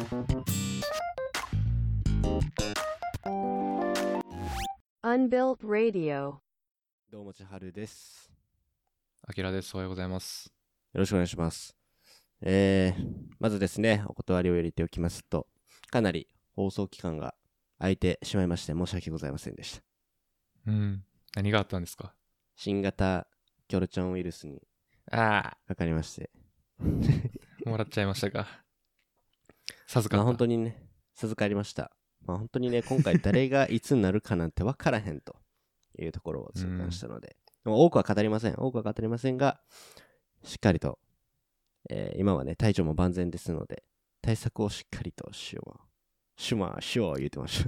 Unbuilt Radio。 どうも千春です。 あきらです。おはようございます。 よろしくお願いします。まずですね、お断りを入れておきますと、かなり放送期間が空いてしまいまして申し訳ございませんでした。 何があったんですか？ 新型キョルチョンウイルスにかかりまして。 もらっちゃいましたか？授かった。 本当にね、授かりました。本当にね、今回誰がいつになるかなんて分からへんというところを痛感したので、多くは語りませんが、しっかりと、今はね、体調も万全ですので、対策をしっかりとしよう言ってました。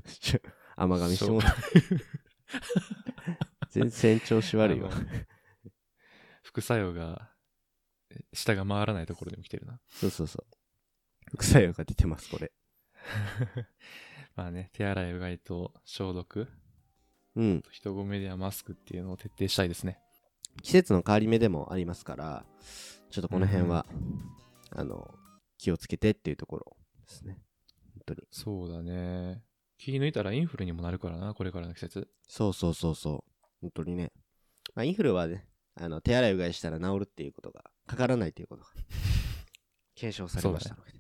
甘噛みしてもらう。全然調子悪いわ。 副作用が、下が回らないところでも来てるな。 そう。副作用が出てます、これ。 まあね、手洗いうがいと消毒。人混みではマスクっていうのを徹底したいですね。 季節の変わり目でもありますから、ちょっとこの辺は、気をつけてっていうところですね。本当に。 そうだね。気抜いたらインフルにもなるからな、これからの季節。 そう。本当にね。インフルはね、手洗いうがいしたら治るっていうことが、かからないということが、検証されましたので。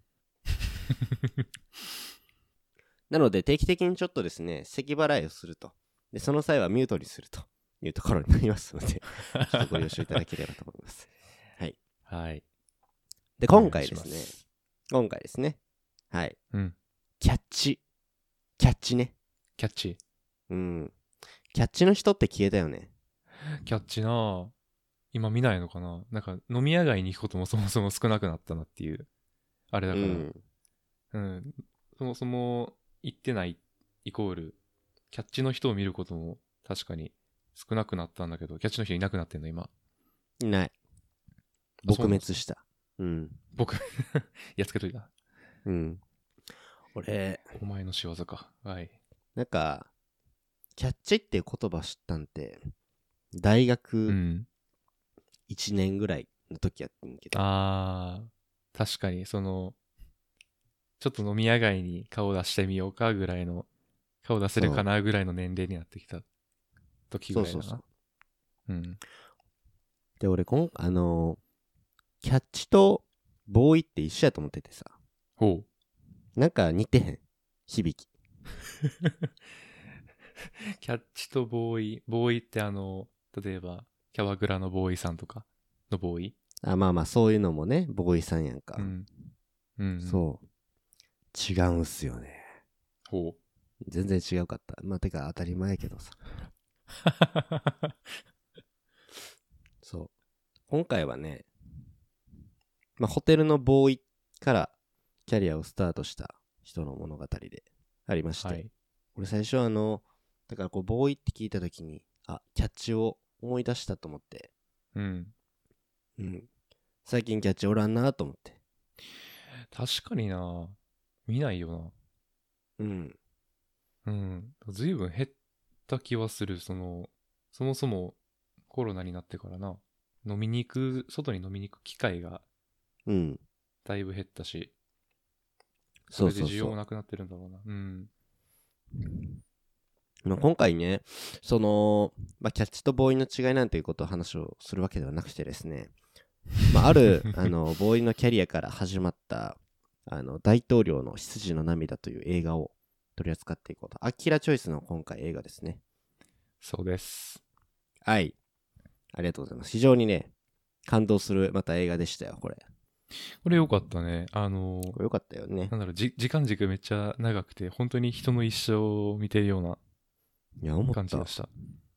なので、定期的にちょっとですね、咳払いをすると。で、その際はミュートにするというところになりますので、ちょっとご了承いただければと思います。はい。 はい。 で、今回ですね。はい。キャッチね。 キャッチ。 キャッチの人って消えたよね。 キャッチなぁ。今見ないのかな？なんか飲み屋街に行くこともそもそも少なくなったなっていう。あれだから。そもそも行ってないイコール、キャッチの人を見ることも確かに少なくなったんだけど、キャッチの人いなくなってんの今。 いない。撲滅した。 やっつけといた。 俺、 お前の仕業か。はい。 なんか、キャッチっていう言葉知ったんて、大学1年ぐらいの時やってんけど。 確かに、ちょっと飲み屋街に顔出してみようかぐらいの、顔出せるかなぐらいの年齢になってきた時ぐらいだな。 そう。で、俺キャッチとボーイって一緒やと思っててさ。なんか似てへん。響き。 キャッチとボーイって例えば、キャバクラのボーイさんとかのボーイ？ そういうのもね、ボーイさんやんか。そう。違うんすよね。全然違うかった。てか当たり前やけどさ。そう。今回はね、ホテルのボーイからキャリアをスタートした人の物語でありまして、俺最初だからボーイって聞いたときに、キャッチを思い出したと思って、最近キャッチおらんなと思って。 確かにな、見ないよな。ずいぶん減った気はする。そもそもコロナになってからな、外に飲みに行く機会がだいぶ減ったし、それで需要もなくなってるんだろうな。今回ね、キャッチとボーイの違いなんていうことを話をするわけではなくてですね、あるボーイのキャリアから始まった大統領の執事の涙という映画を取り扱っていこうと。アキラチョイスの今回映画ですね。 そうです。 はい。ありがとうございます。非常にね、感動するまた映画でしたよ、これ。 これ良かったね。 これ良かったよね。 時間軸めっちゃ長くて、本当に人の一生を見てるような感じでした。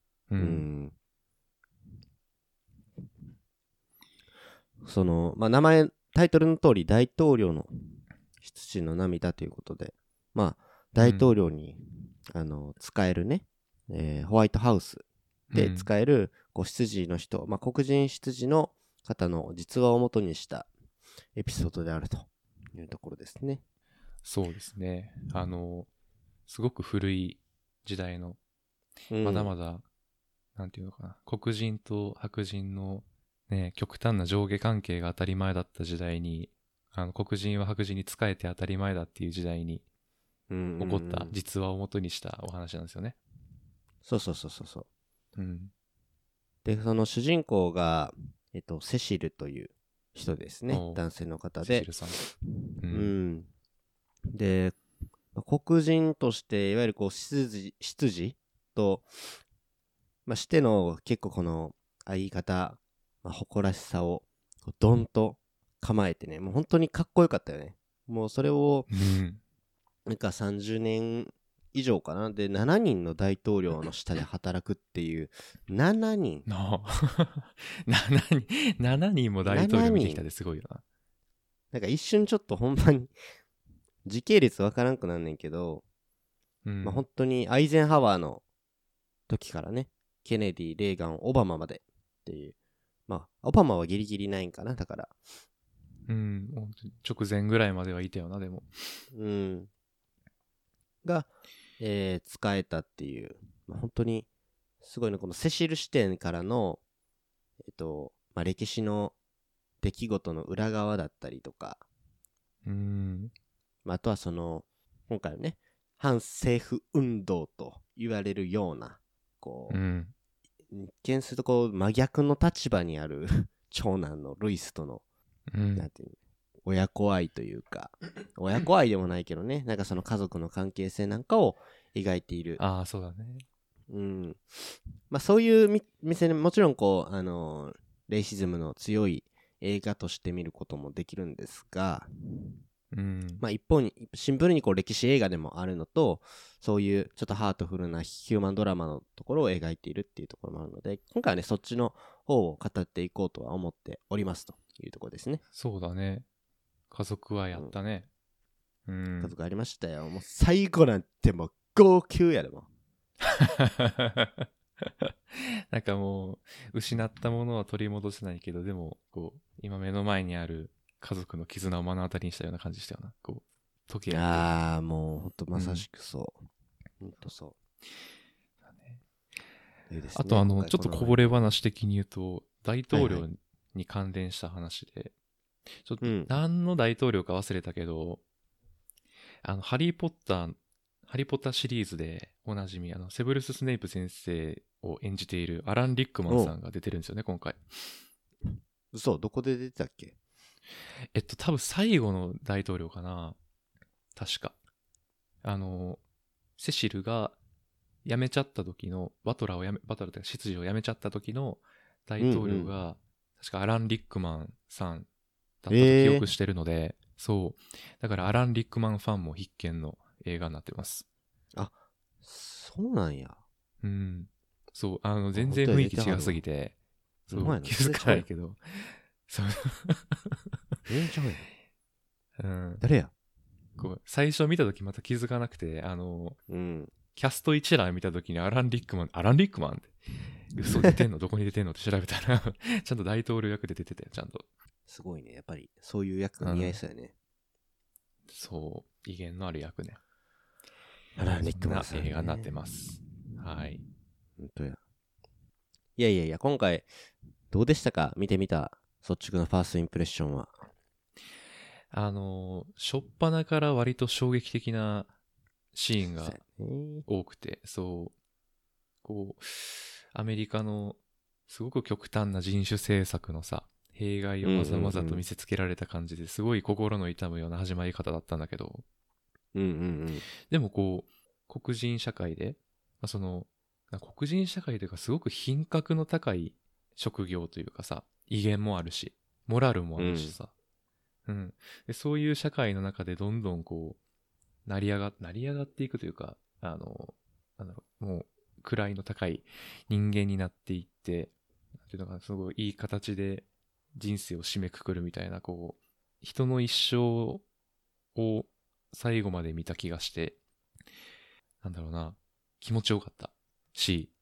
タイトルの通り大統領の執事の涙ということで、大統領に、使えるね、ホワイトハウスで使える執事の人、黒人執事の方の実話をもとにしたエピソードであるというところですね。 そうですね。すごく古い時代の、まだまだ、なんていうのかな、黒人と白人のね、極端な上下関係が当たり前だった時代に黒人は白人に仕えて当たり前だっていう時代に起こった実話を元にしたお話なんですよね。 そうそうそうそうそう。 うん。 で、その主人公が、セシルという人ですね。男性の方で。 セシルさん。 うん。で、黒人として、いわゆるこう、出自と、しての結構この言い方、誇らしさをドンと構えてね、もう本当にかっこよかったよね。もうそれを、なんか30年以上かな。で、7人の大統領の下で働くっていう、7人。 7人も大統領見てきたですごいよな。 なんか一瞬ちょっとほんまに時系列わからんくなんねんけど、本当にアイゼンハワーの時からね、ケネディ、レーガン、オバマまでっていう。オバマはギリギリないんかな、だから。 直前ぐらいまではいたよな、でも。 が、使えたっていう。本当に、すごいね、このセシル視点からの、歴史の出来事の裏側だったりとか、あとはその、今回のね、反政府運動と言われるような、こう、一見するとこう、真逆の立場にある長男のルイスとの、なんていうの、親子愛というか、親子愛でもないけどね、なんかその家族の関係性なんかを描いている。 ああ、そうだね。 そういう目線、もちろんこう、レイシズムの強い映画として見ることもできるんですが、一方にシンプルにこう歴史映画でもあるのと、そういうちょっとハートフルなヒューマンドラマのところを描いているっていうところもあるので、今回はね、そっちの方を語っていこうとは思っておりますというところですね。 そうだね。家族はやったね。 家族ありましたよ。もう最後なんてもう号泣やでも。 なんかもう、失ったものは取り戻せないけど、でも、こう、今目の前にある家族の絆を目の当たりにしたような感じしたよな。こう、時計ああ、もうほんとまさしくそう。ほんとそう。 あとちょっとこぼれ話的に言うと、大統領に関連した話で、ちょっと何の大統領か忘れたけど、ハリーポッターシリーズでおなじみ、セブルス・スネイプ先生を演じているアラン・リックマンさんが出てるんですよね、今回。 嘘、どこで出てたっけ？ 多分最後の大統領かな。確か。セシルが辞めちゃった時の、バトラーというか執事を辞めちゃった時の大統領が、確かアラン・リックマンさんだったと記憶してるので、そう。だからアラン・リックマンファンも必見の映画になってます。 あ、そうなんや。 そう、全然雰囲気違すぎて、そう、気づかないけど。そう。 ちゃうやん。誰や？ こう、最初見たときまた気づかなくて、キャスト一覧見たときにアラン・リックマンって、嘘出てんのどこに出てんのって調べたら、ちゃんと大統領役で出てたよ、ちゃんと。 すごいね。やっぱり、そういう役が似合いそうやね。 そう、威厳のある役ね。 アラン・リックマンさん、 ね。映画になってます。はい。 本当や。いや、今回、どうでしたか？見てみた率直なファーストインプレッションは。 初っ端から割と衝撃的なシーンが多くて、そう、こう、アメリカのすごく極端な人種政策のさ、弊害をまざまざと見せつけられた感じですごい心の痛むような始まり方だったんだけど、でもこう、黒人社会で、黒人社会というかすごく品格の高い職業というかさ、威厳もあるし、モラルもあるしさ、でそういう社会の中でどんどんこう、成り上がっていくというか、もう、位の高い人間になっていって、なんていうのかな、すごいいい形で人生を締めくくるみたいな、こう、人の一生を最後まで見た気がして、なんだろうな、気持ちよかったし、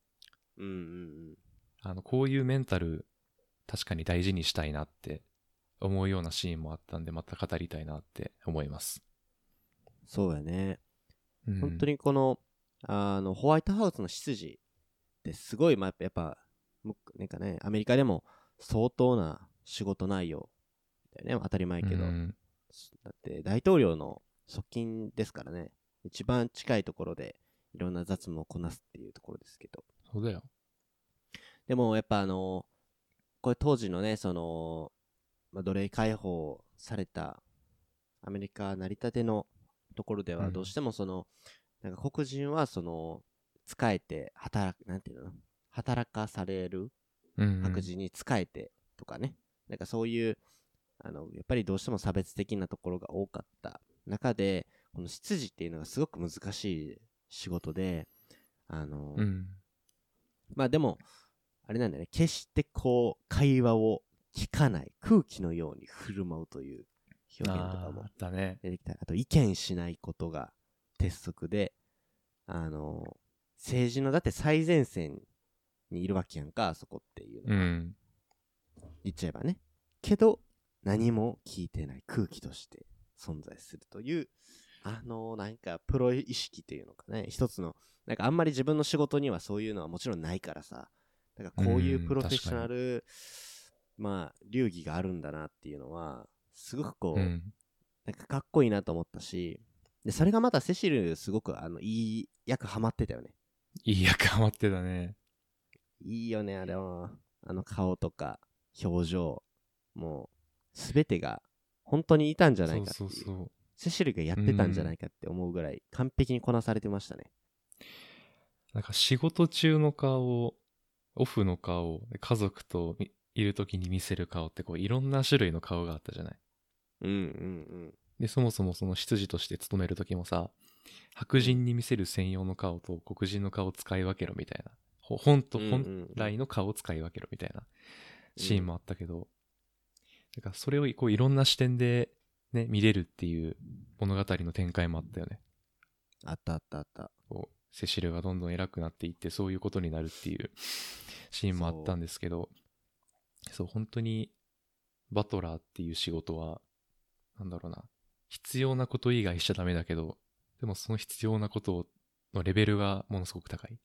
こういうメンタル、確かに大事にしたいなって思うようなシーンもあったんで、また語りたいなって思います。 そうやね。本当にこの、ホワイトハウスの執事ってすごい、やっぱ、なんかね、アメリカでも相当な仕事内容だよね、当たり前けど。 だって大統領の側近ですからね。一番近いところでいろんな雑務をこなすっていうところですけど。 そうだよ。 でもやっぱこれ当時のね、奴隷解放されたアメリカ成り立てのところではどうしてもなんか黒人は仕えてなんていうの、働かされる白人に仕えてとかね、なんかそういうやっぱりどうしても差別的なところが多かった中で、この執事っていうのがすごく難しい仕事で、まあでもあれなんだよね、決してこう会話を聞かない空気のように振る舞うという表現とかも出てきた。あと意見しないことが鉄則で、政治のだって最前線にいるわけやんか、あそこっていうのは、言っちゃえばね。けど何も聞いてない空気として存在するというなんかプロ意識というのかね、一つのなんかあんまり自分の仕事にはそういうのはもちろんないからさ、だからこういうプロフェッショナルまあ流儀があるんだなっていうのはすごくこう、なんかかっこいいなと思ったし、でそれがまたセシルすごくいい役ハマってたよね。 いい役ハマってたね。 いいよね、あれは。顔とか表情、もう全てが本当にいたんじゃないかっていう。そうセシルがやってたんじゃないかって思うぐらい完璧にこなされてましたね。 なんか仕事中の顔、オフの顔、家族といる時に見せる顔ってこういろんな種類の顔があったじゃない。で、そもそもその執事として勤める時もさ、白人に見せる専用の顔と黒人の顔を使い分けろみたいな。本来の顔を使い分けろみたいなシーンもあったけど、だからそれをこういろんな視点でね、見れるっていう物語の展開もあったよね。 あった。 こうセシルがどんどん偉くなっていってそういうことになるっていうシーンもあったんですけど、そう本当にバトラーっていう仕事はなんだろうな、必要なこと以外しちゃダメだけど、でもその必要なことのレベルがものすごく高い。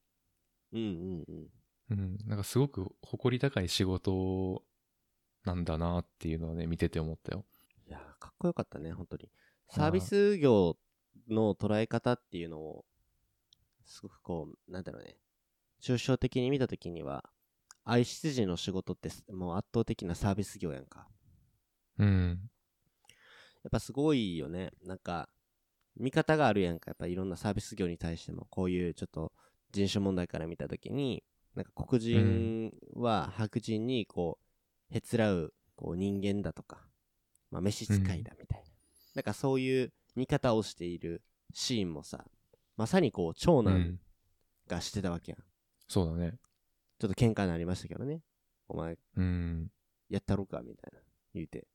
なんかすごく誇り高い仕事なんだなっていうのはね、見てて思ったよ。 いやかっこよかったね、本当に。サービス業の捉え方っていうのをすごくこう、なんだろうね、抽象的に見たときには、愛執事の仕事ってもう圧倒的なサービス業やんか。やっぱすごいよね。なんか、見方があるやんか。やっぱいろんなサービス業に対しても、こういうちょっと人種問題から見たときに、なんか黒人は白人にこう、へつらうこう人間だとか、まあ召使いだみたいな。なんかそういう見方をしているシーンもさ、まさにこう長男がしてたわけやん。 そうだね。 ちょっと喧嘩になりましたけどね。お前、やったろかみたいな言うて。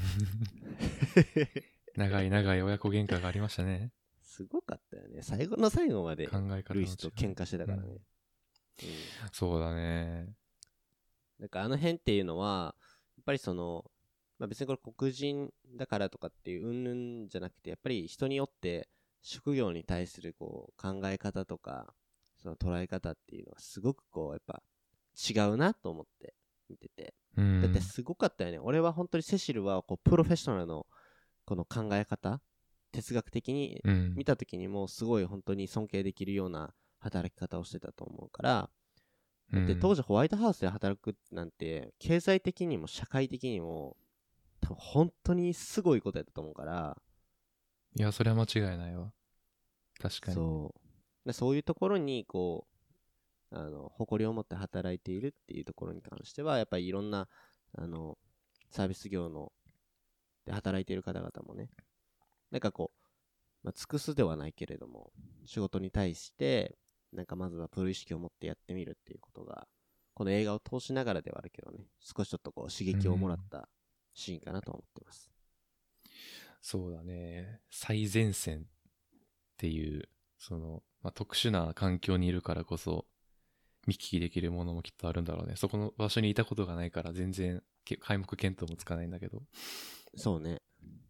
長い親子喧嘩がありましたね。 すごかったよね。最後の最後までルイスと喧嘩してたからね。 そうだね。 なんかあの辺っていうのは、やっぱりまあ、別にこれ黒人だからとかっていう云々じゃなくて、やっぱり人によって職業に対するこう考え方とか、その捉え方っていうのはすごくこうやっぱ違うなと思って見てて、だってすごかったよね。俺は本当にセシルはこうプロフェッショナルのこの考え方、哲学的に見た時にもすごい本当に尊敬できるような働き方をしてたと思うから、だって当時ホワイトハウスで働くなんて経済的にも社会的にも多分本当にすごいことやったと思うから。 いや、それは間違いないわ。確かに。 そういうところにこう誇りを持って働いているっていうところに関してはやっぱりいろんなサービス業ので働いている方々もね、なんかこう、まあ、尽くすではないけれども仕事に対してなんかまずはプロ意識を持ってやってみるっていうことがこの映画を通しながらではあるけどね、少しちょっとこう刺激をもらったシーンかなと思ってます。 そうだね。最前線っていうまあ、特殊な環境にいるからこそ見聞きできるものもきっとあるんだろうね。そこの場所にいたことがないから全然皆目見当もつかないんだけど。 そうね。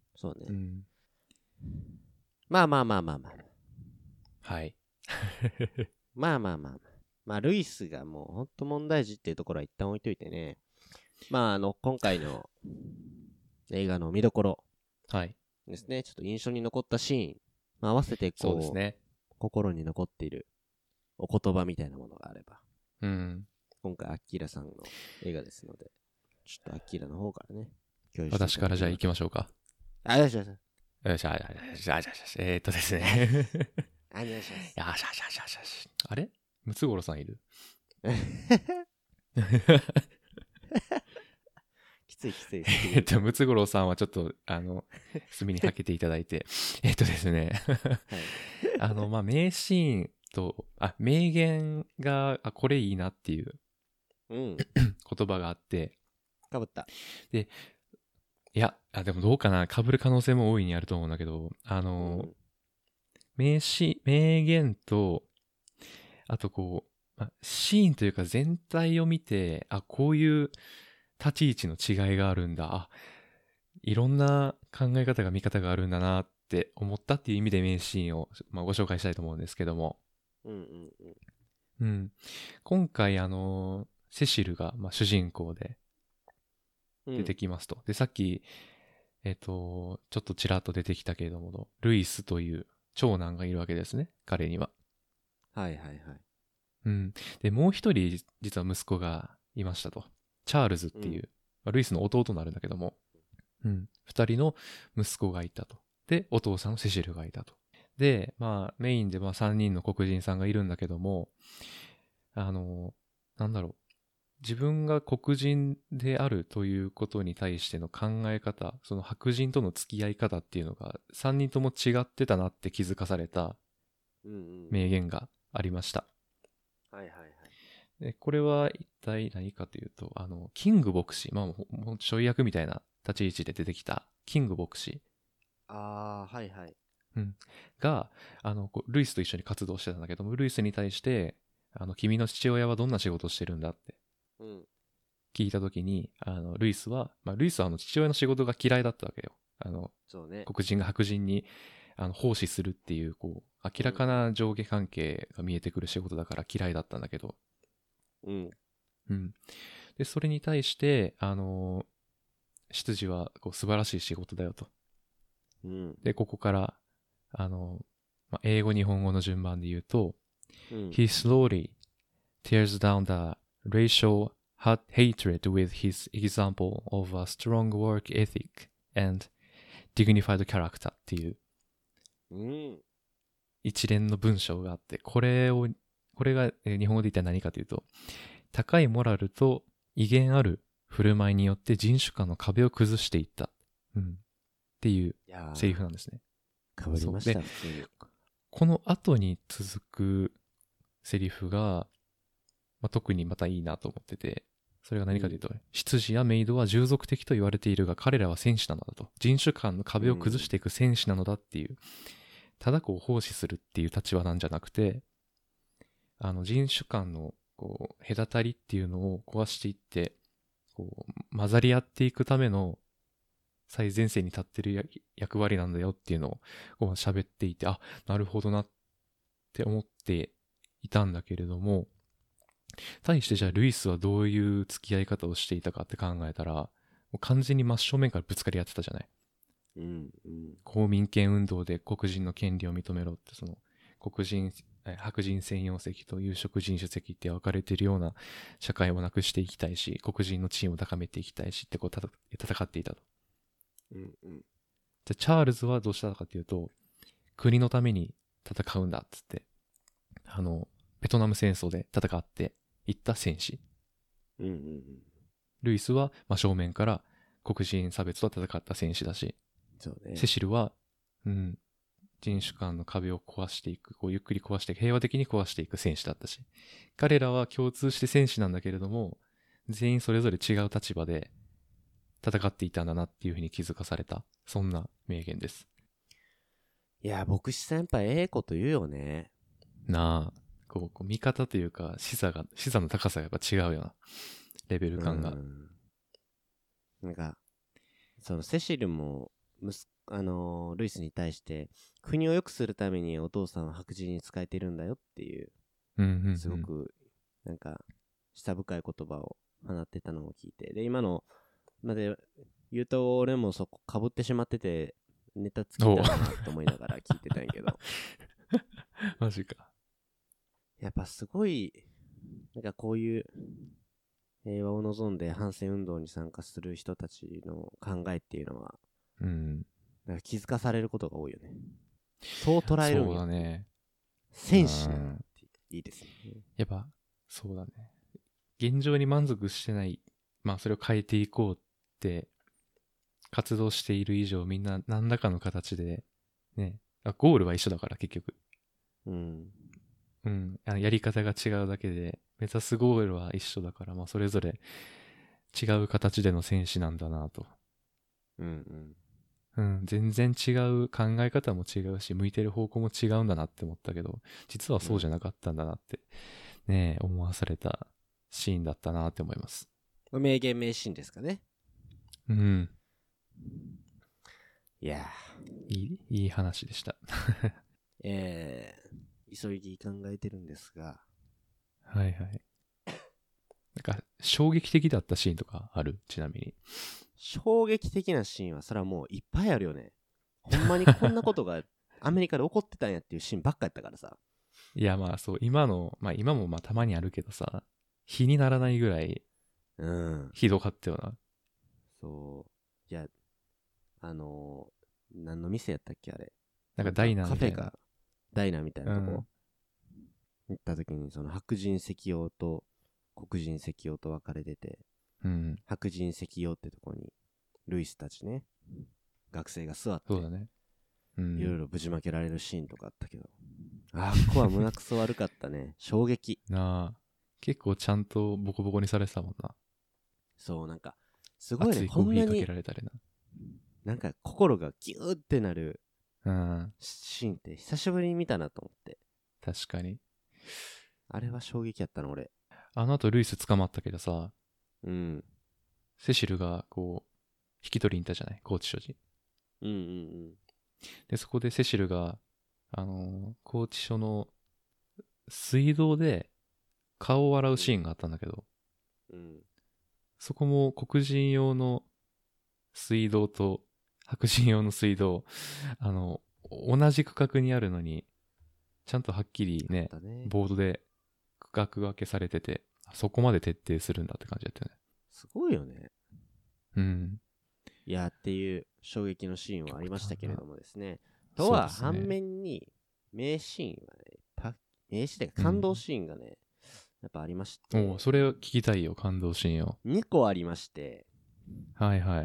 まあ。 はい。 まあルイスがもうほんと問題児っていうところは一旦置いといてね。まあ今回の映画の見どころ。 はい。 ですね、ちょっと印象に残ったシーン、合わせてそうですね。 心に残っているお言葉みたいなものがあれば、 今回アキラさんの映画ですので、ちょっとアキラの方からね、 共有して私からじゃあ行きましょうか。 よしよし。 ですね。 お願いします。 あれムツゴロウさんいるきつい。 ムツゴロウさんはちょっと、隅にはけていただいて。ですね。名シーンと、名言が、これいいなっていう、言葉があって。 かぶった。 で、いや、でもどうかな、かぶる可能性も大いにあると思うんだけど、名言と、あとシーンというか全体を見て、こういう立ち位置の違いがあるんだ。いろんな考え方が見方があるんだなって思ったっていう意味で名シーンを、ご紹介したいと思うんですけども。今回セシルが、主人公で出てきますと。で、さっき、ちょっとちらっと出てきたけれども、ルイスという長男がいるわけですね、彼には。で、もう一人、実は息子がいましたと。チャールズっていう、ルイスの弟になるんだけども、二人の息子がいたと。で、お父さんのセシルがいたと。で、メインで三人の黒人さんがいるんだけども、なんだろう。自分が黒人であるということに対しての考え方、その白人との付き合い方っていうのが3人とも違ってたなって気づかされた名言がありました。でこれは一体何かというと、キング牧師、もうちょい役みたいな立ち位置で出てきたキング牧師。が、ルイスと一緒に活動してたんだけども、ルイスに対して、君の父親はどんな仕事をしてるんだって聞いたときに、ルイスは父親の仕事が嫌いだったわけよ。黒人が白人に奉仕するっていう、明らかな上下関係が見えてくる仕事だから嫌いだったんだけど。で、それに対して、執事は素晴らしい仕事だよと。で、ここから、英語、日本語の順番で言うと、He slowly tears down the racial hatred with his example of a strong work ethic and dignified character っていう一連の文章があって、これが日本語で言ったら何かというと、高いモラルと威厳ある振る舞いによって人種間の壁を崩していった、っていうセリフなんですね。 かぶりました。普通にこの後に続くセリフが、特にまたいいなと思ってて、それが何かというと、執事やメイドは従属的と言われているが、彼らは戦士なのだと。人種間の壁を崩していく戦士なのだっていう、ただ奉仕するっていう立場なんじゃなくて、人種間の隔たりっていうのを壊していって、混ざり合っていくための最前線に立ってる役割なんだよっていうのを喋っていて、なるほどなって思っていたんだけれども、対してじゃあルイスはどういう付き合い方をしていたかって考えたら、もう完全に真正面からぶつかり合ってたじゃない。公民権運動で黒人の権利を認めろって、その白人専用席と有色人種席って分かれているような社会をなくしていきたいし、黒人の地位を高めていきたいしって戦っていたと。じゃあチャールズはどうしたかっていうと、国のために戦うんだっつって、ベトナム戦争で戦っていった戦士。ルイスは真正面から黒人差別と戦った戦士だし、セシルは、人種間の壁を壊していく、ゆっくり壊していく、平和的に壊していく戦士だったし、彼らは共通して戦士なんだけれども、全員それぞれ違う立場で戦っていたんだなっていうふうに気づかされた、そんな名言です。 いや、牧師先輩、ええこと言うよね。 なあ、見方というか、視座の高さがやっぱ違うよな、レベル感が。 なんか、そのセシルも、ルイスに対して、国を良くするためにお父さんは白人に仕えてるんだよっていう、すごく、なんか、下深い言葉を放ってたのを聞いて、で、今のまで言うと、俺もそこ被ってしまってて、 ネタ尽きたなと思いながら聞いてたんやけど。 マジか。 やっぱすごい、なんかこういう平和を望んで反戦運動に参加する人たちの考えっていうのは、 うん。 なんか気づかされることが多いよね。そう捉えるんそうや。 だね。 戦士なんていいですね。 やっぱ、そうだね。現状に満足してない、まあそれを変えていこうって活動している以上、みんな何らかの形で、ね、ゴールは一緒だから結局。 うん。 うん。やり方が違うだけで、目指すゴールは一緒だから、まあそれぞれ違う形での戦士なんだなと。 うんうん。全然違う考え方も違うし、向いてる方向も違うんだなって思ったけど、実はそうじゃなかったんだなって、ね、思わされたシーンだったなって思います。 名言名シーンですかね。 うん。 いやいい話でした。 急ぎ考えてるんですが。 はいはい。なんか、衝撃的だったシーンとかある？ちなみに。 衝撃的なシーンは、それはもういっぱいあるよね。ほんまにこんなことがアメリカで起こってたんやっていうシーンばっかやったからさ。 いやまあそう、今もまあたまにあるけどさ、比にならないぐらいうん。 ひどかったよな。 そう。いや、何の店やったっけあれ。 なんかダイナーみたいな。 カフェか、ダイナーみたいなとこ、行った時に、その白人石用と黒人石用と分かれてて、 うん。 白人石用ってとこに、ルイスたちね、学生が座って、 そうだね。うん。 いろいろぶちまけられるシーンとかあったけど、あっこは胸くそ悪かったね。衝撃。 なあ。結構ちゃんとボコボコにされてたもんな。 そう、なんか、すごいね、 熱いコーヒーかけこんなに、 られたりなんか心がギューってなるな。うん。 シーンって久しぶりに見たなと思って。 確かに。 あれは衝撃やったの、俺。 あの後ルイス捕まったけどさ、 うん。 セシルがこう、引き取りに行ったじゃない拘置所に。 うんうんで、そこでセシルが、拘置所の水道で顔を洗うシーンがあったんだけど、 うん。うん。 そこも黒人用の水道と白人用の水道、同じ区画にあるのに、ちゃんとはっきりね、ボードで区画分けされてて、そこまで徹底するんだって感じだったよね。 すごいよね。 うん。 いや、っていう衝撃のシーンはありましたけれどもですね。とは、反面に、名シーンはね、名シーンで感動シーンがね、やっぱありまして。 それを聞きたいよ、感動シーンを。 2個ありまして。 はいはい。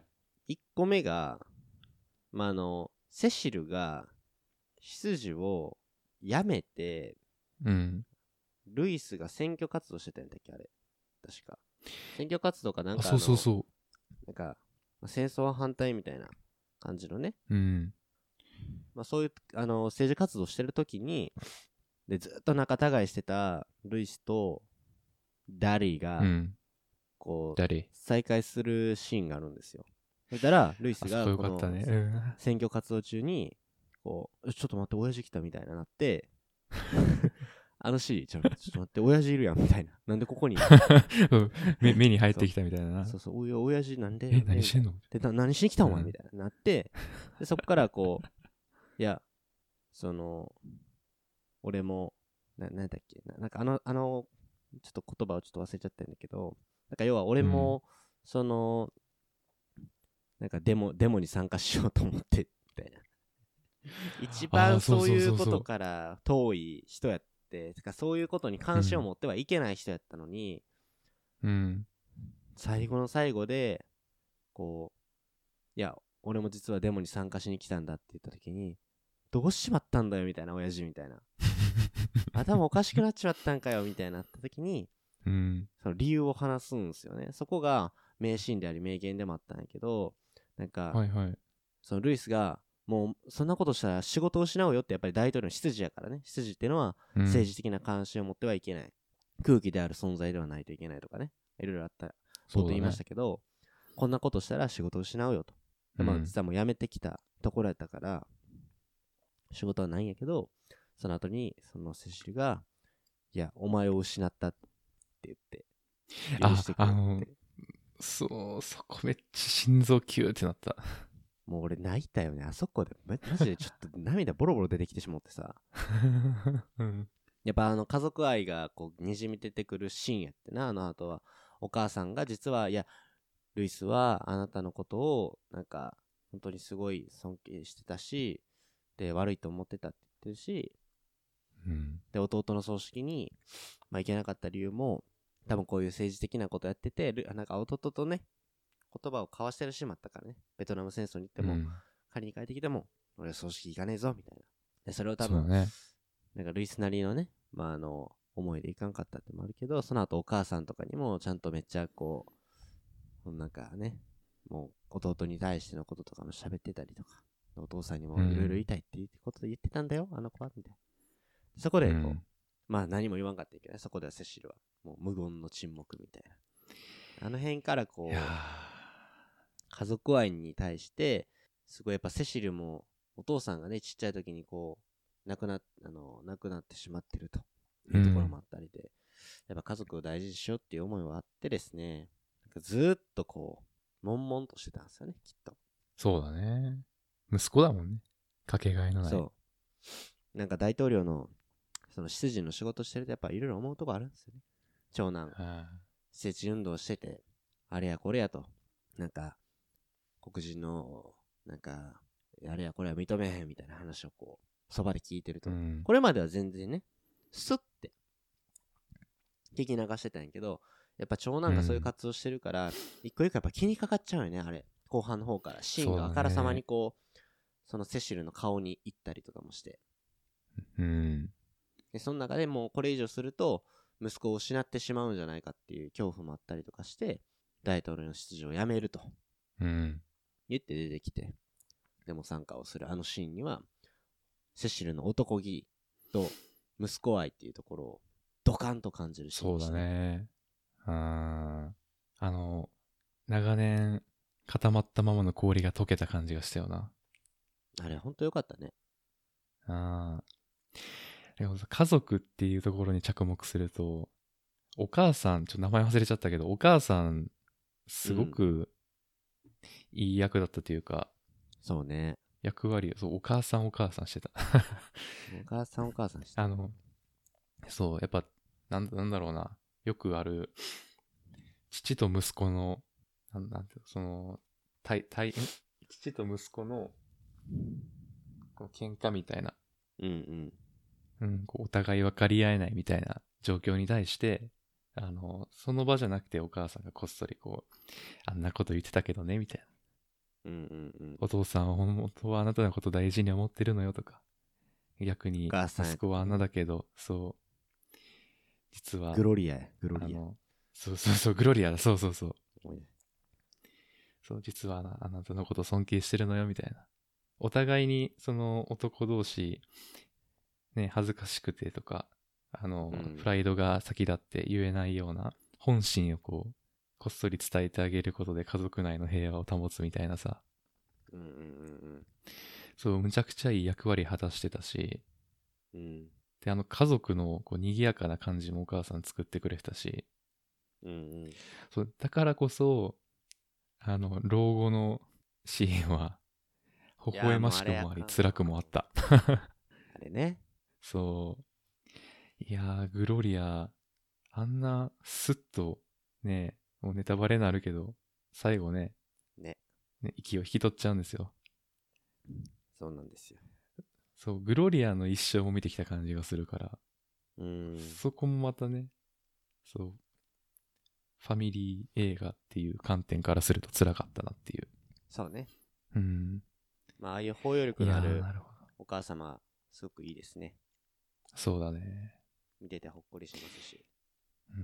1個目が、セシルが、執事を辞めて、 うん。 ルイスが選挙活動してたんだっけ、あれ。確か。選挙活動かなんかそうそうそう。 なんか、戦争は反対みたいな感じのね。 うん。 そういう、政治活動してるときに、で、ずっと仲違いしてたルイスとダリーが、こう、再会するシーンがあるんですよ。そしたら、ルイスが、この、選挙活動中に、こう、ちょっと待って、親父来たみたいななって、あのシーン、ちょっと待って、親父いるやん、みたいな。なんでここに目に入ってきたみたいな。 そう、親父なんで何してんので、何しに来たんお前みたいななって、で、そこからこう、いや、俺も、なんだっけなんかちょっと言葉をちょっと忘れちゃったんだけど、なんか要は俺も、なんかデモに参加しようと思って、みたいな。一番そういうことから遠い人やって、そういうことに関心を持ってはいけない人やったのに、最後の最後で、こう、いや、俺も実はデモに参加しに来たんだって言った時に、どうしまったんだよみたいな、親父みたいな。頭おかしくなっちまったんかよみたいなった時に、その理由を話すんですよね。そこが名シーンであり名言でもあったんやけど、なんか、そのルイスが、もうそんなことしたら仕事を失うよってやっぱり大統領の執事やからね。執事っていうのは政治的な関心を持ってはいけない。空気である存在ではないといけないとかね。いろいろあったこと言いましたけど、こんなことしたら仕事を失うよと。実はもう辞めてきたところやったから、仕事はないんやけど、その後に、そのセシルが、いや、お前を失ったって言って、許してくれって。 そこめっちゃ心臓キューってなった。 もう俺泣いたよね。あそこで、マジでちょっと涙ボロボロ出てきてしまってさ。 うん、 やっぱ家族愛がこう、滲み出てくるシーンやってな、あの後は。お母さんが実は、いや、ルイスはあなたのことを、なんか、本当にすごい尊敬してたし、で、悪いと思ってたって言ってるし、 うん、 で、弟の葬式に、まあ、行けなかった理由も、多分こういう政治的なことやってて、なんか弟とね、言葉を交わしてるしまったからね。ベトナム戦争に行っても、 うん、 仮に帰ってきても、俺は葬式行かねえぞ、みたいな。で、それを多分、 そうね。 なんかルイスなりのね、まあ思いでいかんかったってもあるけど、その後お母さんとかにもちゃんとめっちゃこう、なんかね、もう弟に対してのこととかも喋ってたりとか、お父さんにもいろいろ言いたいっていうことで言ってたんだよ、あの子は、みたいな。そこでこう、 うん、 まあ何も言わんかったけどね、そこではセシルはもう無言の沈黙みたいな。あの辺からこいやう、家族愛に対して、すごいやっぱセシルも、お父さんがね、ちっちゃい時にこう、亡くなってしまってるというところもあったりで、やっぱ家族を大事にしようっていう思いはあってですね、なんかずーっとこう、悶々としてたんですよね、きっと。 そうだね。息子だもんね。かけがえのない。 そう。なんか大統領の、その執事の仕事してるとやっぱいろいろ思うとこあるんですよね。長男、政治運動してて、あれやこれやと、なんか、黒人の、なんか、あれやこれや認めへんみたいな話をこう、そばで聞いてると、 うん、 これまでは全然ね、スッて聞き流してたんやけど、やっぱ長男がそういう活動してるから、一個一個やっぱ気にかかっちゃうよね、あれ。後半の方から。シーンがあからさまにこう、そのセシルの顔に行ったりとかもして。 うん。 で、その中でもうこれ以上すると、息子を失ってしまうんじゃないかっていう恐怖もあったりとかして、大統領の出場をやめるとうん。 言って出てきて、でも参加をするあのシーンには、セシルの男気と息子愛っていうところをドカンと感じるシーンそうだでしたね。 ね。長年固まったままの氷が溶けた感じがしたよな。 あれ、ほんとよかったね。 でもさ、家族っていうところに着目すると、お母さん、名前忘れちゃったけど、お母さん、すごくいい役だったというか、 そうね。 役割を、そう、お母さんしてた。 お母さんしてた。 そう、やっぱ、なんだろうな。よくある、父と息子の、なんていうの、その、父と息子の、この喧嘩みたいな、 うんこうお互い分かり合えないみたいな状況に対して、その場じゃなくてお母さんがこっそりこう、あんなこと言ってたけどね、みたいな。 うん。うんうんうん。 お父さんは本当はあなたのこと大事に思ってるのよとか、逆おに母さんやった息子はあんなね。 だけど、そう、実は、 グロリアや、グロリア。 そう、グロリアだ、そうそうそう。 思い出そう、実はあなたのこと尊敬してるのよ、みたいな。お互いに、その男同士、ね、恥ずかしくてとか、プライドが先立って言えないような本心をこう、こっそり伝えてあげることで家族内の平和を保つみたいなさ。 うん。 そう、むちゃくちゃいい役割果たしてたし、 うん。 で、家族のこう賑やかな感じもお母さん作ってくれてたし、 うんうん。 そう、だからこそ、老後のシーンは、微笑ましくもあり、辛くもあった。 あれね。 そう。いやー、グロリア、あんな、スッと、ね、もうネタバレになるけど、最後ね、 ね。 息を引き取っちゃうんですよ。 そうなんですよ。 そう、グロリアの一生も見てきた感じがするから、 うん。 そこもまたね、そう、ファミリー映画っていう観点からすると辛かったなっていう。 そうね。 うん。 まあ、ああいう包容力いやー、 のあるなるほど。 お母様、すごくいいですね。 そうだね。 見ててほっこりしますし。 うん。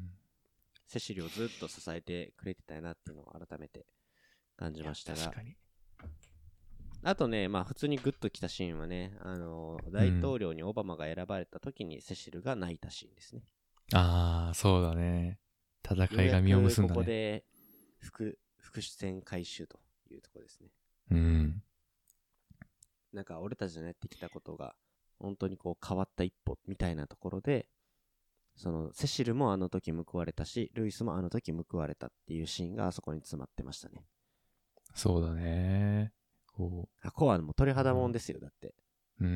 セシルをずっと支えてくれてたよなっていうのを改めて感じましたが。 確かに。 あとね、まあ普通にグッときたシーンはね、大統領にオバマが選ばれた時にセシルが泣いたシーンですね。 ああ、そうだね。戦いが実をようやく結んだね。 ここで伏線回収というところですね。 うん。 なんか俺たちのやってきたことが本当にこう変わった一歩みたいなところで、そのセシルもあの時報われたし、ルイスもあの時報われたっていうシーンがあそこに詰まってましたね。 そうだね。 こあ、こうはもう鳥肌もんですよ、だって。 う、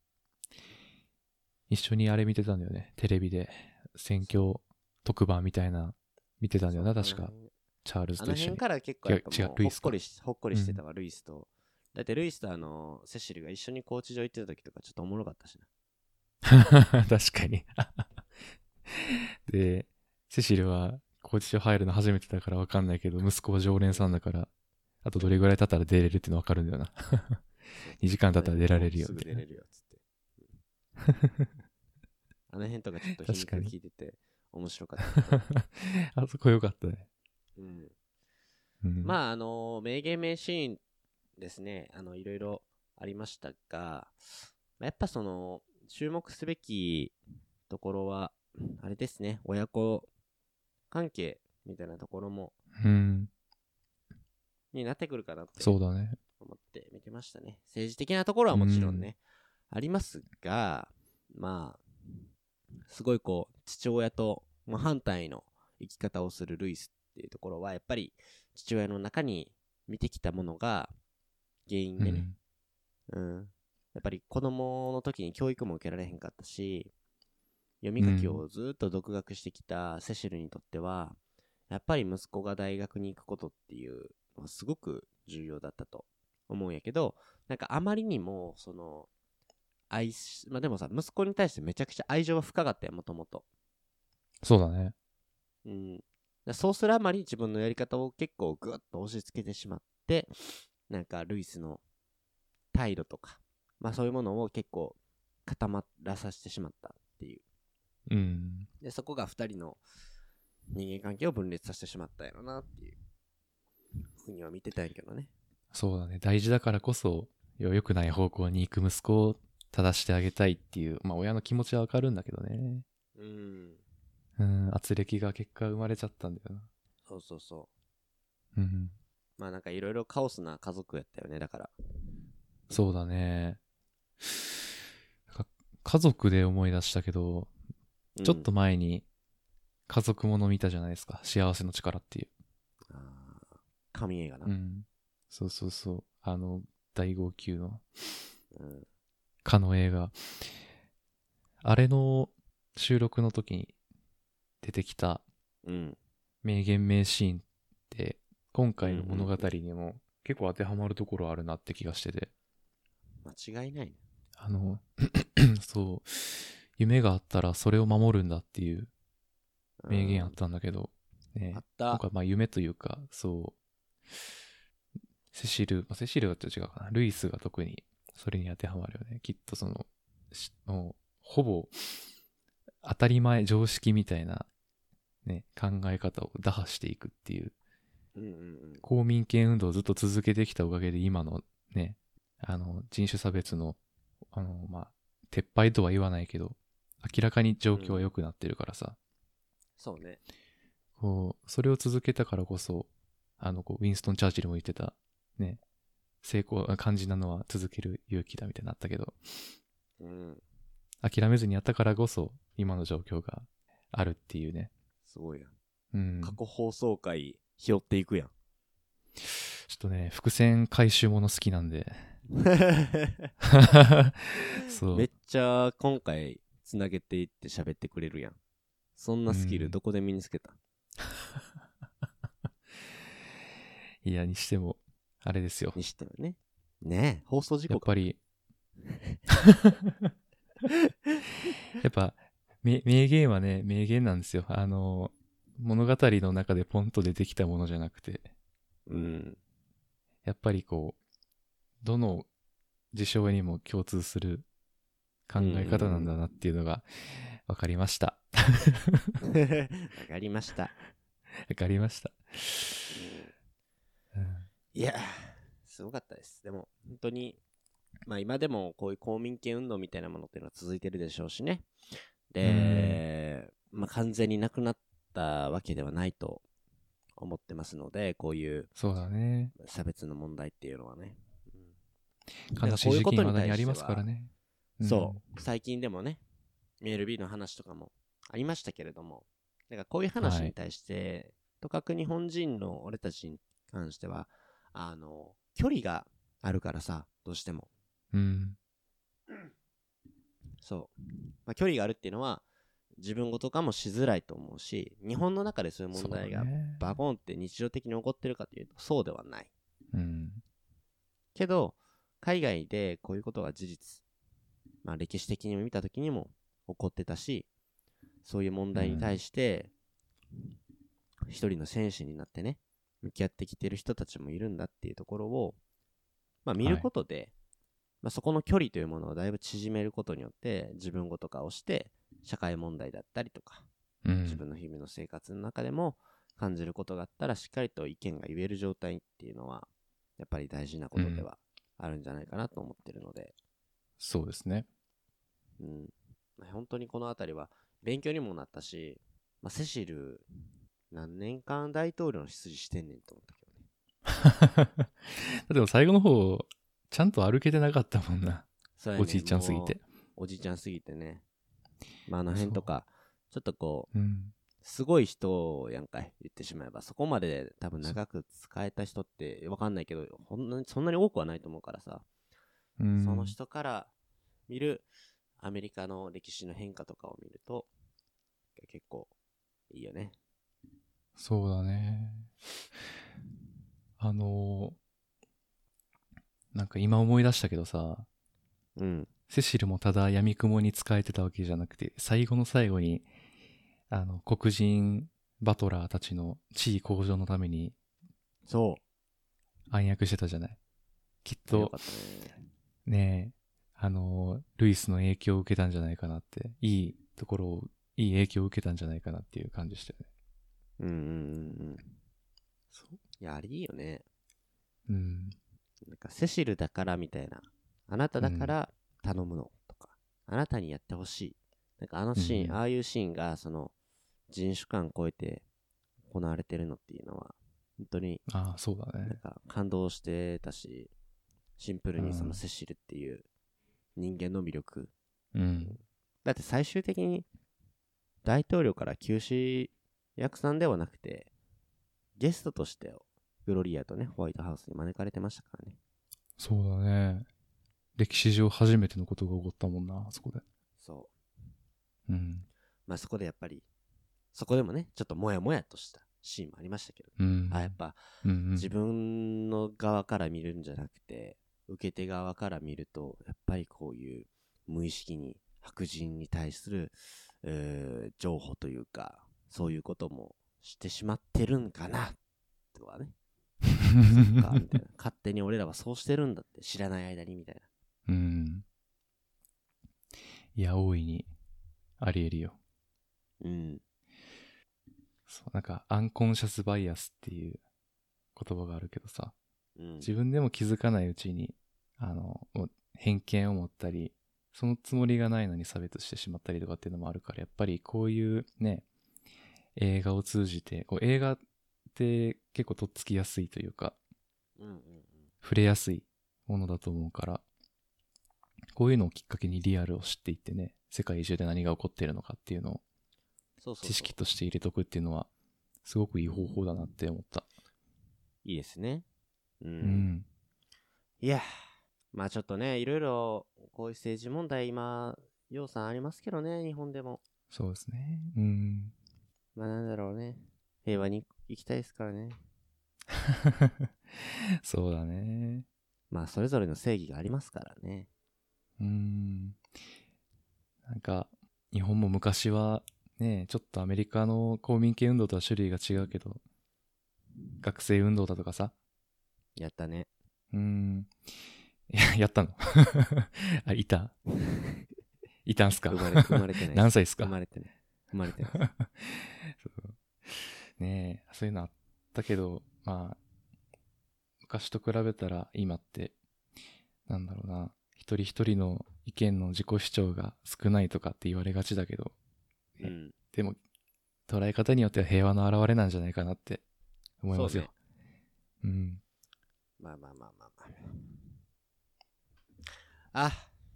一緒にあれ見てたんだよね。テレビで選挙特番みたいな見てたんだよな、確か。チャールズと一緒に。 あの辺から結構やっぱもうルイスかほっこりしてたわ、ルイスと。だってルイスとセシルが一緒にコーチ場行ってた時とかちょっとおもろかったしな。 確かに。で、セシルはコーチ場入るの初めてだから分かんないけど、息子は常連さんだから、あとどれぐらい経ったら出れるっていうの分かるんだよな。2時間経ったら出られるよすぐ出れるよっつって。あの辺とかちょっと皮肉聞いてて面白かった。 あそこ良かったね。 まあ名言名シーンですね、いろいろありましたが、やっぱその注目すべきところはあれですね、親子関係みたいなところも、になってくるかなってそうだね思って見てましたね。政治的なところはもちろんね、ありますが、まあすごいこう父親と反対の生き方をするルイスっていうところはやっぱり父親の中に見てきたものが原因でね、やっぱり子供の時に教育も受けられへんかったし、読み書きをずっと独学してきたセシルにとっては、やっぱり息子が大学に行くことっていうのはすごく重要だったと思うんやけど、なんかあまりにもそのでもさ、息子に対してめちゃくちゃ愛情は深かったよ、もともと。 そうだね。 そうするあまり自分のやり方を結構グッと押し付けてしまって、なんかルイスの態度とか、そういうものを結構固まらさせてしまったっていう。で、そこが2人の人間関係を分裂させてしまったやろなっていうふうには見てたんやけどね。 そうだね。大事だからこそ、良くない方向に行く息子を正してあげたいっていう、親の気持ちはわかるんだけどね。圧力が結果生まれちゃったんだよな。 そう。なんかいろいろカオスな家族やったよね、だから。 そうだね。家族で思い出したけど、ちょっと前に家族もの見たじゃないですか。幸せの力っていう。 神映画な。 そう。大号泣の。かの映画。あれの収録の時に出てきた名言名シーンって今回の物語にも結構当てはまるところあるなって気がしてて、 間違いないね。 そう、夢があったらそれを守るんだっていう名言あったんだけど、ね、今回夢というか、そうセシルはちょっと違うかな、ルイスが特にそれに当てはまるよね。きっとほぼ当たり前常識みたいなね、考え方を打破していくっていう、公民権運動をずっと続けてきたおかげで今のね、人種差別の撤廃とは言わないけど明らかに状況は良くなってるからさ、 そうね、 それを続けたからこそウィンストン・チャーチルも言ってたね、成功肝心なのは続ける勇気だみたいになったけど、諦めずにやったからこそ今の状況があるっていうね。 すごいやん。過去放送回拾っていくやん。 ちょっとね、伏線回収もの好きなんでそうめっちゃ今回つなげていって喋ってくれるやん。そんなスキルどこで身につけた？ いや、にしてもあれですよ。 にしてもね。ねえ、放送事故か。 やっぱりやっぱ名言はね、名言なんですよ。物語の中でポンと出てきたものじゃなくて、やっぱりどの事象にも共通する考え方なんだなっていうのが分かりました。 分かりました。 分かりました。 いや、すごかったです。でも本当に今でもこういう公民権運動みたいなものっていうのは続いてるでしょうしね。で、完全になくなったわけではないと思ってますので、こういうそうだね、 差別の問題っていうのはね、 悲しい時期にまだにありますからね。 そう最近でもね MLB の話とかもありましたけれども、なんかこういう話に対して、とかく日本人の俺たちに関しては距離があるからさ、どうしても。 うん。 そう。まあ、距離があるっていうのは、自分ごとかもしづらいと思うし、日本の中でそういう問題がバコンって日常的に起こってるかというと、そうではない。 うん。 けど、海外でこういうことが事実、まあ歴史的に見た時にも起こってたし、そういう問題に対して、一人の戦士になってね、向き合ってきてる人たちもいるんだっていうところを、まあ見ることで、はい、まあ、そこの距離というものをだいぶ縮めることによって、自分ごと化をして、社会問題だったりとか、自分の日々の生活の中でも感じることがあったら、しっかりと意見が言える状態っていうのは、やっぱり大事なことではあるんじゃないかなと思ってるので。 そうですね。 うん。本当にこのあたりは勉強にもなったし、まあ、セシル、何年間大統領の出自してんねんと思ったけどね。 でも最後の方、ちゃんと歩けてなかったもんな。 そうやね、 おじいちゃんすぎて。 おじいちゃんすぎてね。まあ、あの辺とか、ちょっとこう、すごい人やんかい、言ってしまえば。そこまで多分長く使えた人ってわかんないけど、そんなに多くはないと思うからさ。その人から見るアメリカの歴史の変化とかを見ると、結構いいよね。 そうだね。なんか今思い出したけどさ、 うん。 セシルもただ闇雲に仕えてたわけじゃなくて、最後の最後に、黒人バトラーたちの地位向上のために、 そう。 暗躍してたじゃない。きっと、ねえ、ルイスの影響を受けたんじゃないかなって、いい影響を受けたんじゃないかなっていう感じしたよね。 そう。いや、あれいいよね。 うん。 なんか、セシルだからみたいな。あなただから頼むのとか、あなたにやってほしい。なんかあのシーン、ああいうシーンが、その、人種間超えて行われてるのっていうのは、本当に、 そうだね。 なんか感動してたし、シンプルにそのセシルっていう人間の魅力。だって最終的に大統領から急死役さんではなくて、ゲストとしてグロリアとね、ホワイトハウスに招かれてましたからね。 そうだね。歴史上初めてのことが起こったもんな、あそこで。 そう。 うん。 まあそこでやっぱり、そこでもね、ちょっともやもやとしたシーンもありましたけど、やっぱ、自分の側から見るんじゃなくて、受け手側から見ると、やっぱりこういう無意識に白人に対する、情報というか、そういうこともしてしまってるんかな、とはね。そっか、みたいな。勝手に俺らはそうしてるんだって、知らない間に、みたいな。 いや、大いに、あり得るよ。そう、なんか、アンコンシャスバイアスっていう言葉があるけどさ、自分でも気づかないうちに、もう偏見を持ったり、そのつもりがないのに差別してしまったりとかっていうのもあるから、やっぱりこういうね、映画を通じて、映画って結構とっつきやすいというか、触れやすいものだと思うから、こういうのをきっかけにリアルを知っていってね、世界中で何が起こっているのかっていうのを知識として入れとくっていうのは、すごくいい方法だなって思った。 いいですね。いや、まあちょっとね、いろいろこういう政治問題今、要素ありますけどね、日本でも。 そうですね。 まあなんだろうね。平和に行きたいですからね。 そうだね。 まあそれぞれの正義がありますからね。 なんか、日本も昔はね、ちょっとアメリカの公民権運動とは種類が違うけど、学生運動だとかさ。 やったね。 やったのあ、いたいたんすか生まれてない。 何歳っすか？ 生まれてない。生まれてない。 そうねえ、そういうのあったけど、まあ、昔と比べたら今って、なんだろうな、一人一人の意見の自己主張が少ないとかって言われがちだけど、でも、捉え方によっては平和の表れなんじゃないかなって思いますよ。 まあまあまあまあまあ。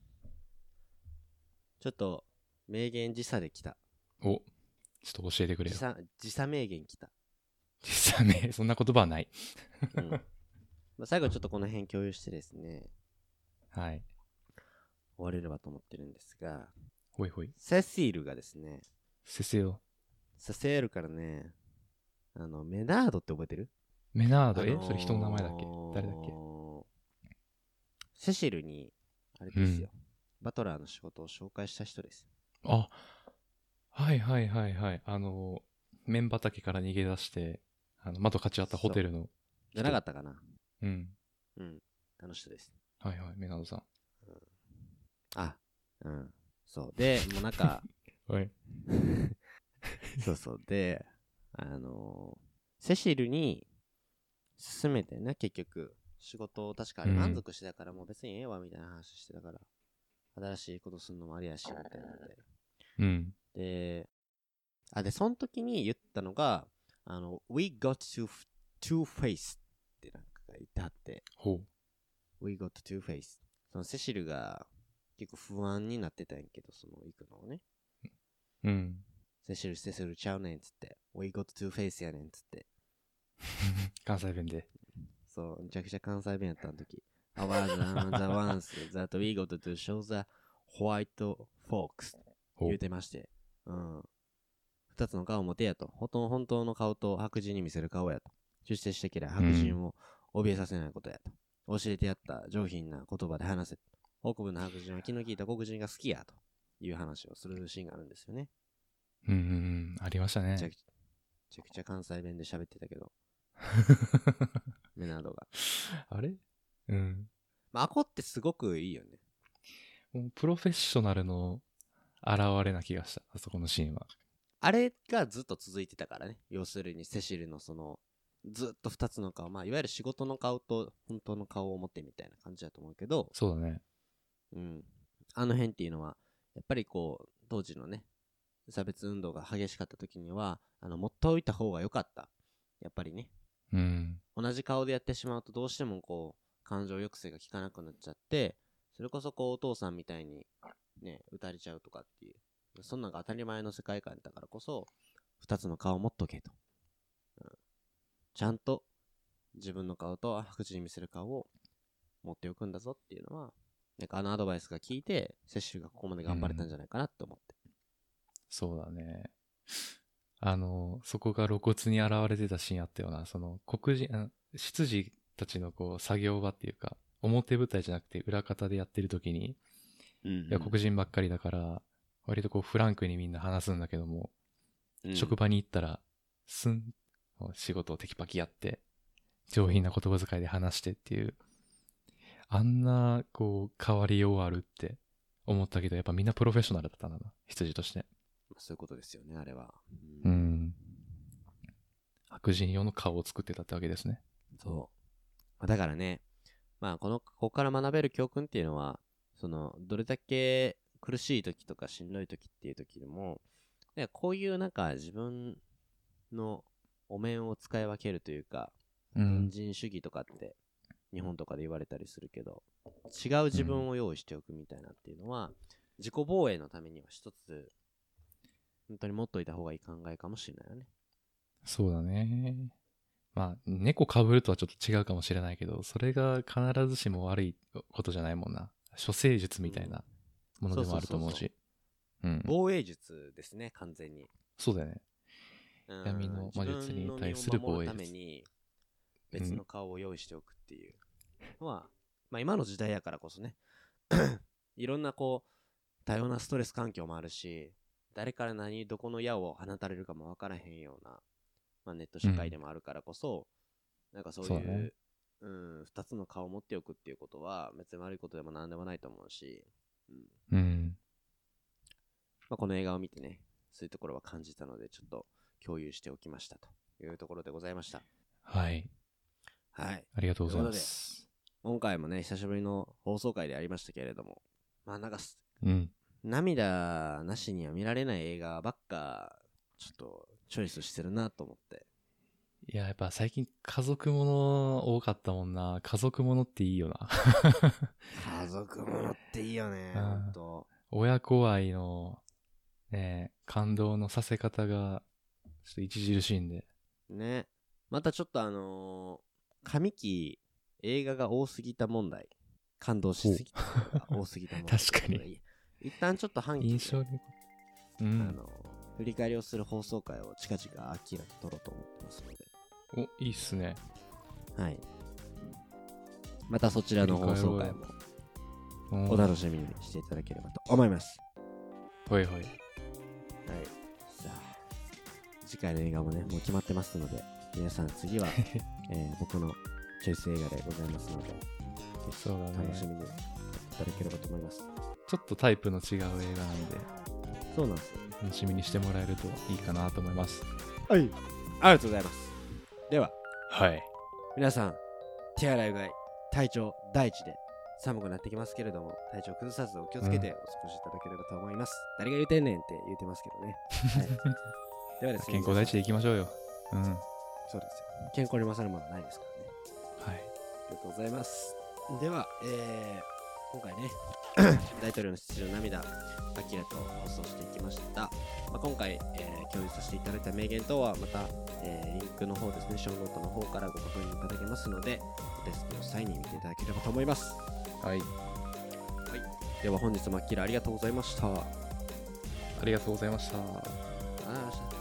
ちょっと、名言時差で来た。 ちょっと教えてくれよ。 時差名言来た。 時差ね、そんな言葉はない。 まあ、最後ちょっとこの辺共有してですね、 はい。 終われればと思ってるんですが、 ほいほい。 セシールがですね、 セセよ。 セセールからね、メナードって覚えてる？ メナード、それ人の名前だっけ？誰だっけ？ セシルに、あれですよ、バトラーの仕事を紹介した人です。 あ、はいはいはいはい。麺畑から逃げ出して、窓勝ち合ったホテルのじゃなかったかな。 うん。 うん。あの人です。 はいはい、メナードさん。 あ、うん。そう。で、もうなんか、 はい。 そうそう。で、セシルに勧めてね、結局、仕事を確かあれ満足してたから、もう別にええわみたいな話してたから、新しいことするのもありやし、みたいなんで。 うん。 で、で、その時に言ったのが、We got two face ってなんか言ってはって、 ほう。 We got two face。そのセシルが結構不安になってたんやけど、その行くのをね。 うん。 セシルちゃうねんっつって、We got two face やねんっつって。 関西弁で。 そう、めちゃくちゃ関西弁やったあの時。I was the ones that we got to show the white folks 言うてまして。うん。二つの顔を持てやと。本当の顔と白人に見せる顔やと。出世してきりゃ白人を怯えさせないことやと。教えてやった上品な言葉で話せ。北部の白人は気の利いた黒人が好きやという話をするシーンがあるんですよね。 ありましたね。 めちゃくちゃ関西弁で喋ってたけど。メナードが。 あれうん。 まあ、アコってすごくいいよね。 もうプロフェッショナルの現れな気がした。あそこのシーンは。 あれがずっと続いてたからね。要するにセシルのその、ずっと二つの顔。まあ、いわゆる仕事の顔と本当の顔を持ってみたいな感じだと思うけど。 そうだね。 うん。あの辺っていうのは、やっぱりこう、当時のね、差別運動が激しかった時には、持っておいた方が良かった。やっぱりね。 うん。 同じ顔でやってしまうとどうしてもこう、感情抑制が効かなくなっちゃって、それこそこう、お父さんみたいに、ね、撃たれちゃうとかっていう。そんなのが当たり前の世界観だからこそ、二つの顔を持っとけと。うん、ちゃんと自分の顔と白人に見せる顔を持っておくんだぞっていうのは、なんかアドバイスが聞いて、接種がここまで頑張れたんじゃないかなって思って。 そうだね。そこが露骨に現れてたシーンあったような、その黒人、執事たちのこう作業場っていうか、表舞台じゃなくて裏方でやってる時に、いや黒人ばっかりだから、割とこうフランクにみんな話すんだけども、職場に行ったら、仕事をテキパキやって、上品な言葉遣いで話してっていう、あんな、こう、変わりようあるって思ったけど、やっぱみんなプロフェッショナルだったんだな、羊として。 そういうことですよね、あれは。 白人用の顔を作ってたってわけですね。 そう。だからね、まあ、ここから学べる教訓っていうのは、どれだけ苦しい時とかしんどい時っていう時でも、こういうなんか自分のお面を使い分けるというか、現人主義とかって日本とかで言われたりするけど、違う自分を用意しておくみたいなっていうのは、自己防衛のためには一つ、本当に持っといた方がいい考えかもしれないよね。 そうだね。まあ、猫被るとはちょっと違うかもしれないけど、それが必ずしも悪いことじゃないもんな。処世術みたいなものでもあると思うし。 防衛術ですね、完全に。 そうだよね。闇の魔術に対する防衛術。自分の身を守るために別の顔を用意しておくっていうのは、まあ今の時代やからこそね、いろんなこう、多様なストレス環境もあるし、誰からどこの矢を放たれるかも分からへんような、まあ、ネット社会でもあるからこそ、なんかそういう、二つの顔を持っておくっていうことは、別に悪いことでも何でもないと思うし、まあ、この映画を見てね、そういうところは感じたので、ちょっと共有しておきましたというところでございました。 はい。 はい。 ありがとうございます。 今回もね、久しぶりの放送回でありましたけれども、まあなんか、涙なしには見られない映画ばっか、ちょっとチョイスしてるなと思って。 いや、やっぱ最近家族もの多かったもんな。家族ものっていいよな。 家族ものっていいよね、ほんと。 親子愛の、ね、感動のさせ方が、ちょっと著しいんで。 ね。またちょっと神木映画が多すぎた問題、感動しすぎた映画が多すぎた問題確かに一旦ちょっと半期印象に、 振り返りをする放送回を近々アキラと撮ろうと思ってますので、 お、いいっすね。 はい。またそちらの放送回もお楽しみにしていただければと思います。 はいはい。 はい。さあ、次回の映画もね、もう決まってますので、皆さん次は、僕のチョイス映画でございますので、 そうだね、 楽しみにいただければと思います。 ちょっとタイプの違う映画なんで、 そうなんですよ。 楽しみにしてもらえるといいかなと思います。 はい。ありがとうございます。では、 はい。 皆さん、手洗いうがい、体調第一で寒くなってきますけれども、体調崩さずお気をつけてお過ごしいただければと思います。誰が言うてんねんって言うてますけどね。はい、ではですね、 健康第一でいきましょうよ。うん。 そうですよ。健康に勝るものはないですからね。 はい。 ありがとうございます。では、今回ね、大統領の父の涙、アキラと放送していきました。今回、共有させていただいた名言等はまた、リンクの方ですね、ショーノートの方からご確認いただけますので、お手すきの際に見ていただければと思います。 はい。 はい。では本日もアキラありがとうございました。 ありがとうございました。 ありがとうございました。